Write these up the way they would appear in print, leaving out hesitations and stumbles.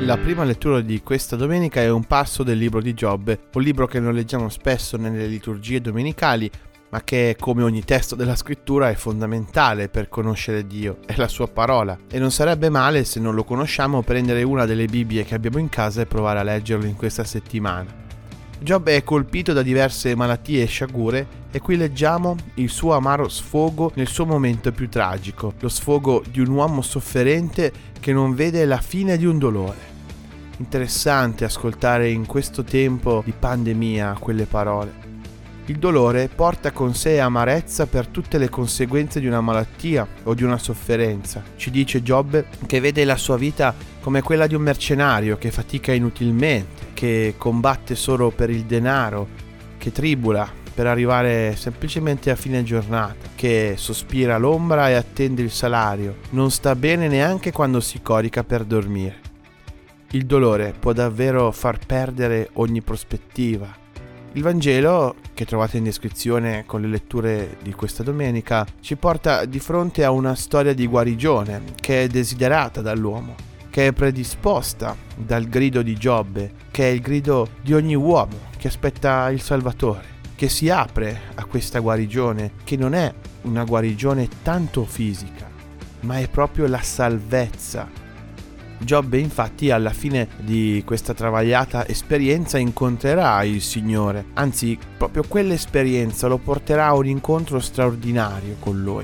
La prima lettura di questa domenica è un passo del libro di Giobbe, un libro che non leggiamo spesso nelle liturgie domenicali, ma che, come ogni testo della scrittura, è fondamentale per conoscere Dio e la sua parola. E non sarebbe male, se non lo conosciamo, prendere una delle Bibbie che abbiamo in casa e provare a leggerlo in questa settimana. Giobbe è colpito da diverse malattie e sciagure e qui leggiamo il suo amaro sfogo nel suo momento più tragico, lo sfogo di un uomo sofferente che non vede la fine di un dolore. Interessante ascoltare in questo tempo di pandemia quelle parole. Il dolore porta con sé amarezza per tutte le conseguenze di una malattia o di una sofferenza. Ci dice Giobbe che vede la sua vita come quella di un mercenario che fatica inutilmente, che combatte solo per il denaro, che tribula per arrivare semplicemente a fine giornata, che sospira l'ombra e attende il salario, non sta bene neanche quando si corica per dormire. Il dolore può davvero far perdere ogni prospettiva. Il Vangelo, che trovate in descrizione con le letture di questa domenica, ci porta di fronte a una storia di guarigione che è desiderata dall'uomo, che è predisposta dal grido di Giobbe, che è il grido di ogni uomo che aspetta il Salvatore, che si apre a questa guarigione, che non è una guarigione tanto fisica, ma è proprio la salvezza. Giobbe infatti alla fine di questa travagliata esperienza incontrerà il Signore, anzi proprio quell'esperienza lo porterà a un incontro straordinario con Lui.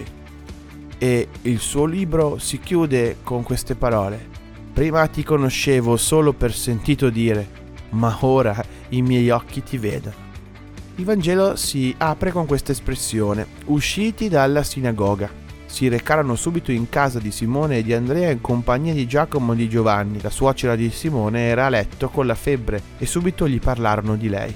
E il suo libro si chiude con queste parole: prima ti conoscevo solo per sentito dire, ma ora i miei occhi ti vedono. Il Vangelo si apre con questa espressione: usciti dalla sinagoga. Si recarono subito in casa di Simone e di Andrea in compagnia di Giacomo e di Giovanni. La suocera di Simone era a letto con la febbre e subito gli parlarono di lei.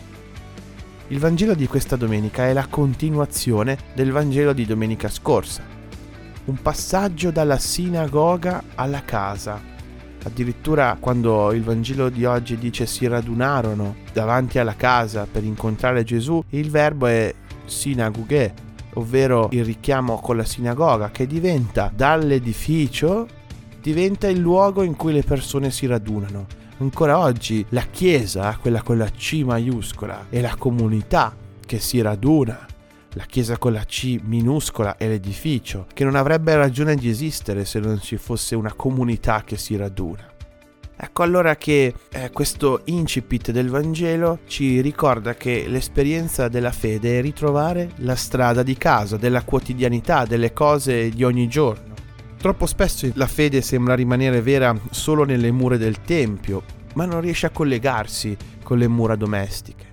Il Vangelo di questa domenica è la continuazione del Vangelo di domenica scorsa. Un passaggio dalla sinagoga alla casa. Addirittura quando il Vangelo di oggi dice si radunarono davanti alla casa per incontrare Gesù, il verbo è sinagoghe, ovvero il richiamo con la sinagoga, che diventa dall'edificio, diventa il luogo in cui le persone si radunano. Ancora oggi la Chiesa, quella con la C maiuscola, è la comunità che si raduna. La Chiesa con la C minuscola è l'edificio, che non avrebbe ragione di esistere se non ci fosse una comunità che si raduna. Ecco allora che questo incipit del Vangelo ci ricorda che l'esperienza della fede è ritrovare la strada di casa, della quotidianità, delle cose di ogni giorno. Troppo spesso la fede sembra rimanere vera solo nelle mura del Tempio, ma non riesce a collegarsi con le mura domestiche.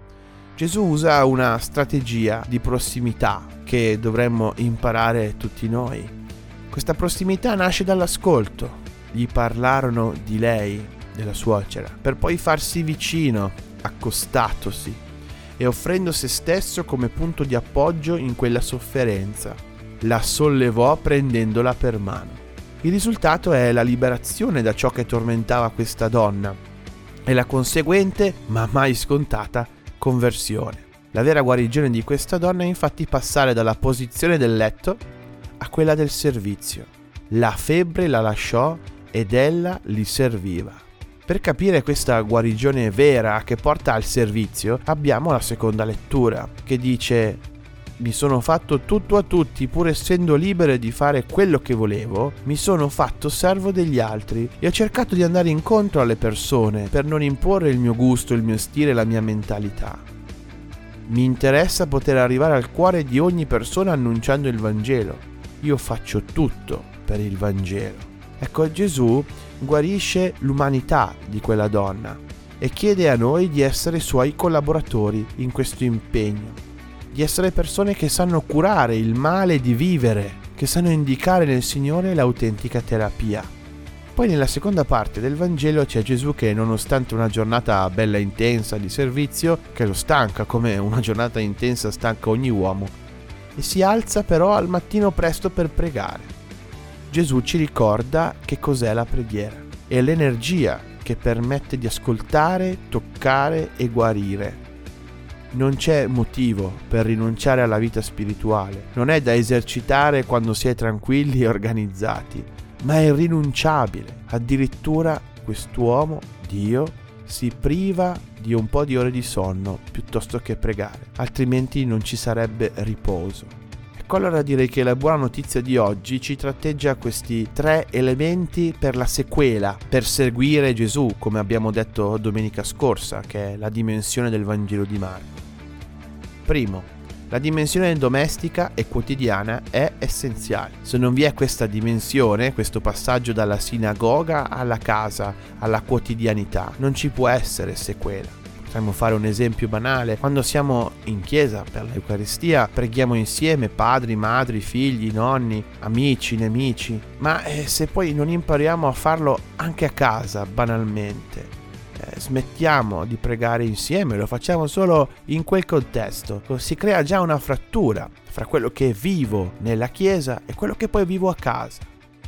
Gesù usa una strategia di prossimità che dovremmo imparare tutti noi. Questa prossimità nasce dall'ascolto. Gli parlarono di lei, della suocera, per poi farsi vicino, accostatosi e offrendo se stesso come punto di appoggio in quella sofferenza. La sollevò prendendola per mano. Il risultato è la liberazione da ciò che tormentava questa donna e la conseguente, ma mai scontata, conversione. La vera guarigione di questa donna è infatti passare dalla posizione del letto a quella del servizio. La febbre la lasciò ed ella li serviva. Per capire questa guarigione vera che porta al servizio, abbiamo la seconda lettura, che dice: mi sono fatto tutto a tutti, pur essendo libero di fare quello che volevo, mi sono fatto servo degli altri e ho cercato di andare incontro alle persone per non imporre il mio gusto, il mio stile e la mia mentalità. Mi interessa poter arrivare al cuore di ogni persona annunciando il Vangelo. Io faccio tutto per il Vangelo. Ecco, Gesù guarisce l'umanità di quella donna e chiede a noi di essere suoi collaboratori in questo impegno, di essere persone che sanno curare il male di vivere, che sanno indicare nel Signore l'autentica terapia. Poi nella seconda parte del Vangelo c'è Gesù che, nonostante una giornata bella intensa di servizio, che lo stanca come una giornata intensa stanca ogni uomo, e si alza però al mattino presto per pregare. Gesù ci ricorda che cos'è la preghiera. È l'energia che permette di ascoltare, toccare e guarire. Non c'è motivo per rinunciare alla vita spirituale. Non è da esercitare quando si è tranquilli e organizzati, ma è irrinunciabile, addirittura quest'uomo, Dio, si priva di un po' di ore di sonno piuttosto che pregare, altrimenti non ci sarebbe riposo. Ecco, allora direi che la buona notizia di oggi ci tratteggia questi 3 elementi per la sequela, per seguire Gesù, come abbiamo detto domenica scorsa, che è la dimensione del Vangelo di Marco. Primo, la dimensione domestica e quotidiana è essenziale. Se non vi è questa dimensione, questo passaggio dalla sinagoga alla casa, alla quotidianità, non ci può essere sequela. Potremmo fare un esempio banale: quando siamo in chiesa per l'Eucaristia preghiamo insieme, padri, madri, figli, nonni, amici, nemici, ma se poi non impariamo a farlo anche a casa banalmente, smettiamo di pregare insieme, lo facciamo solo in quel contesto, si crea già una frattura fra quello che vivo nella chiesa e quello che poi vivo a casa.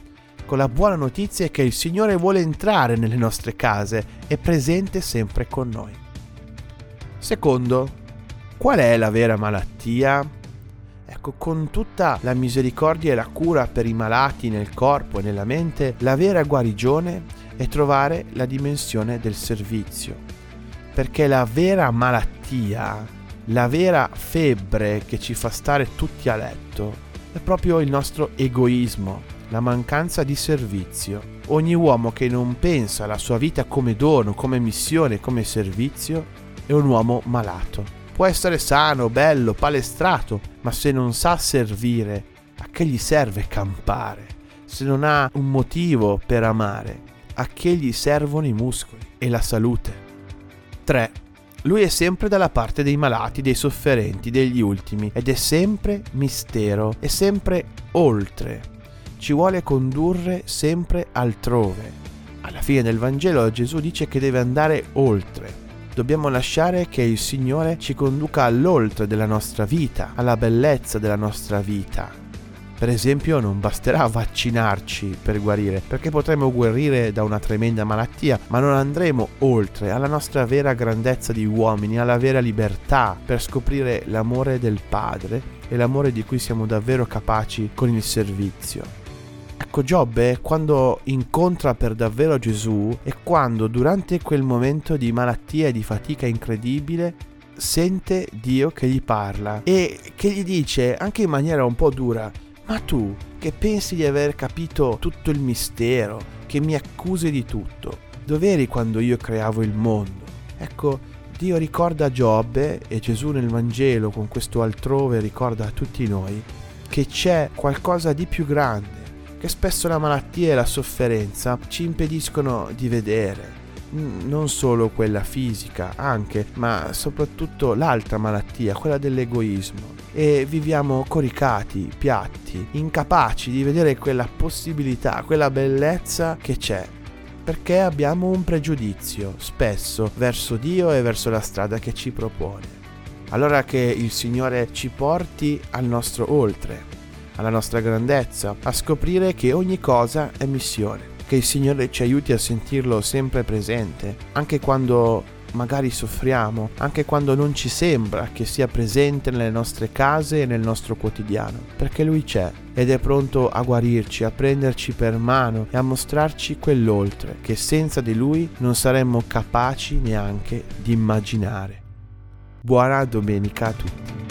La buona notizia è che il Signore vuole entrare nelle nostre case, è presente sempre con noi. Secondo, qual è la vera malattia? Ecco, con tutta la misericordia e la cura per i malati nel corpo e nella mente, la vera guarigione è trovare la dimensione del servizio. Perché la vera malattia, la vera febbre che ci fa stare tutti a letto, è proprio il nostro egoismo, la mancanza di servizio. Ogni uomo che non pensa alla sua vita come dono, come missione, come servizio, è un uomo malato. Può essere sano, bello, palestrato, ma se non sa servire, a che gli serve campare? Se non ha un motivo per amare, a che gli servono i muscoli e la salute? 3. Lui è sempre dalla parte dei malati, dei sofferenti, degli ultimi, ed è sempre mistero, è sempre oltre. Ci vuole condurre sempre altrove. Alla fine del Vangelo Gesù dice che deve andare oltre. Dobbiamo lasciare che il Signore ci conduca all'oltre della nostra vita, alla bellezza della nostra vita. Per esempio, non basterà vaccinarci per guarire, perché potremo guarire da una tremenda malattia, ma non andremo oltre alla nostra vera grandezza di uomini, alla vera libertà, per scoprire l'amore del Padre e l'amore di cui siamo davvero capaci con il servizio. Ecco, Giobbe, quando incontra per davvero Gesù, e quando durante quel momento di malattia e di fatica incredibile sente Dio che gli parla e che gli dice, anche in maniera un po' dura: ma tu che pensi di aver capito tutto il mistero, che mi accusi di tutto, dov'eri quando io creavo il mondo? Ecco, Dio ricorda a Giobbe, e Gesù nel Vangelo con questo altrove ricorda a tutti noi, che c'è qualcosa di più grande, che spesso la malattia e la sofferenza ci impediscono di vedere. Non solo quella fisica, anche, ma soprattutto l'altra malattia, quella dell'egoismo. E viviamo coricati, piatti, incapaci di vedere quella possibilità, quella bellezza che c'è, perché abbiamo un pregiudizio, spesso, verso Dio e verso la strada che ci propone. Allora che il Signore ci porti al nostro oltre, alla nostra grandezza, a scoprire che ogni cosa è missione, che il Signore ci aiuti a sentirlo sempre presente, anche quando magari soffriamo, anche quando non ci sembra che sia presente nelle nostre case e nel nostro quotidiano, perché Lui c'è ed è pronto a guarirci, a prenderci per mano e a mostrarci quell'oltre che senza di Lui non saremmo capaci neanche di immaginare. Buona domenica a tutti.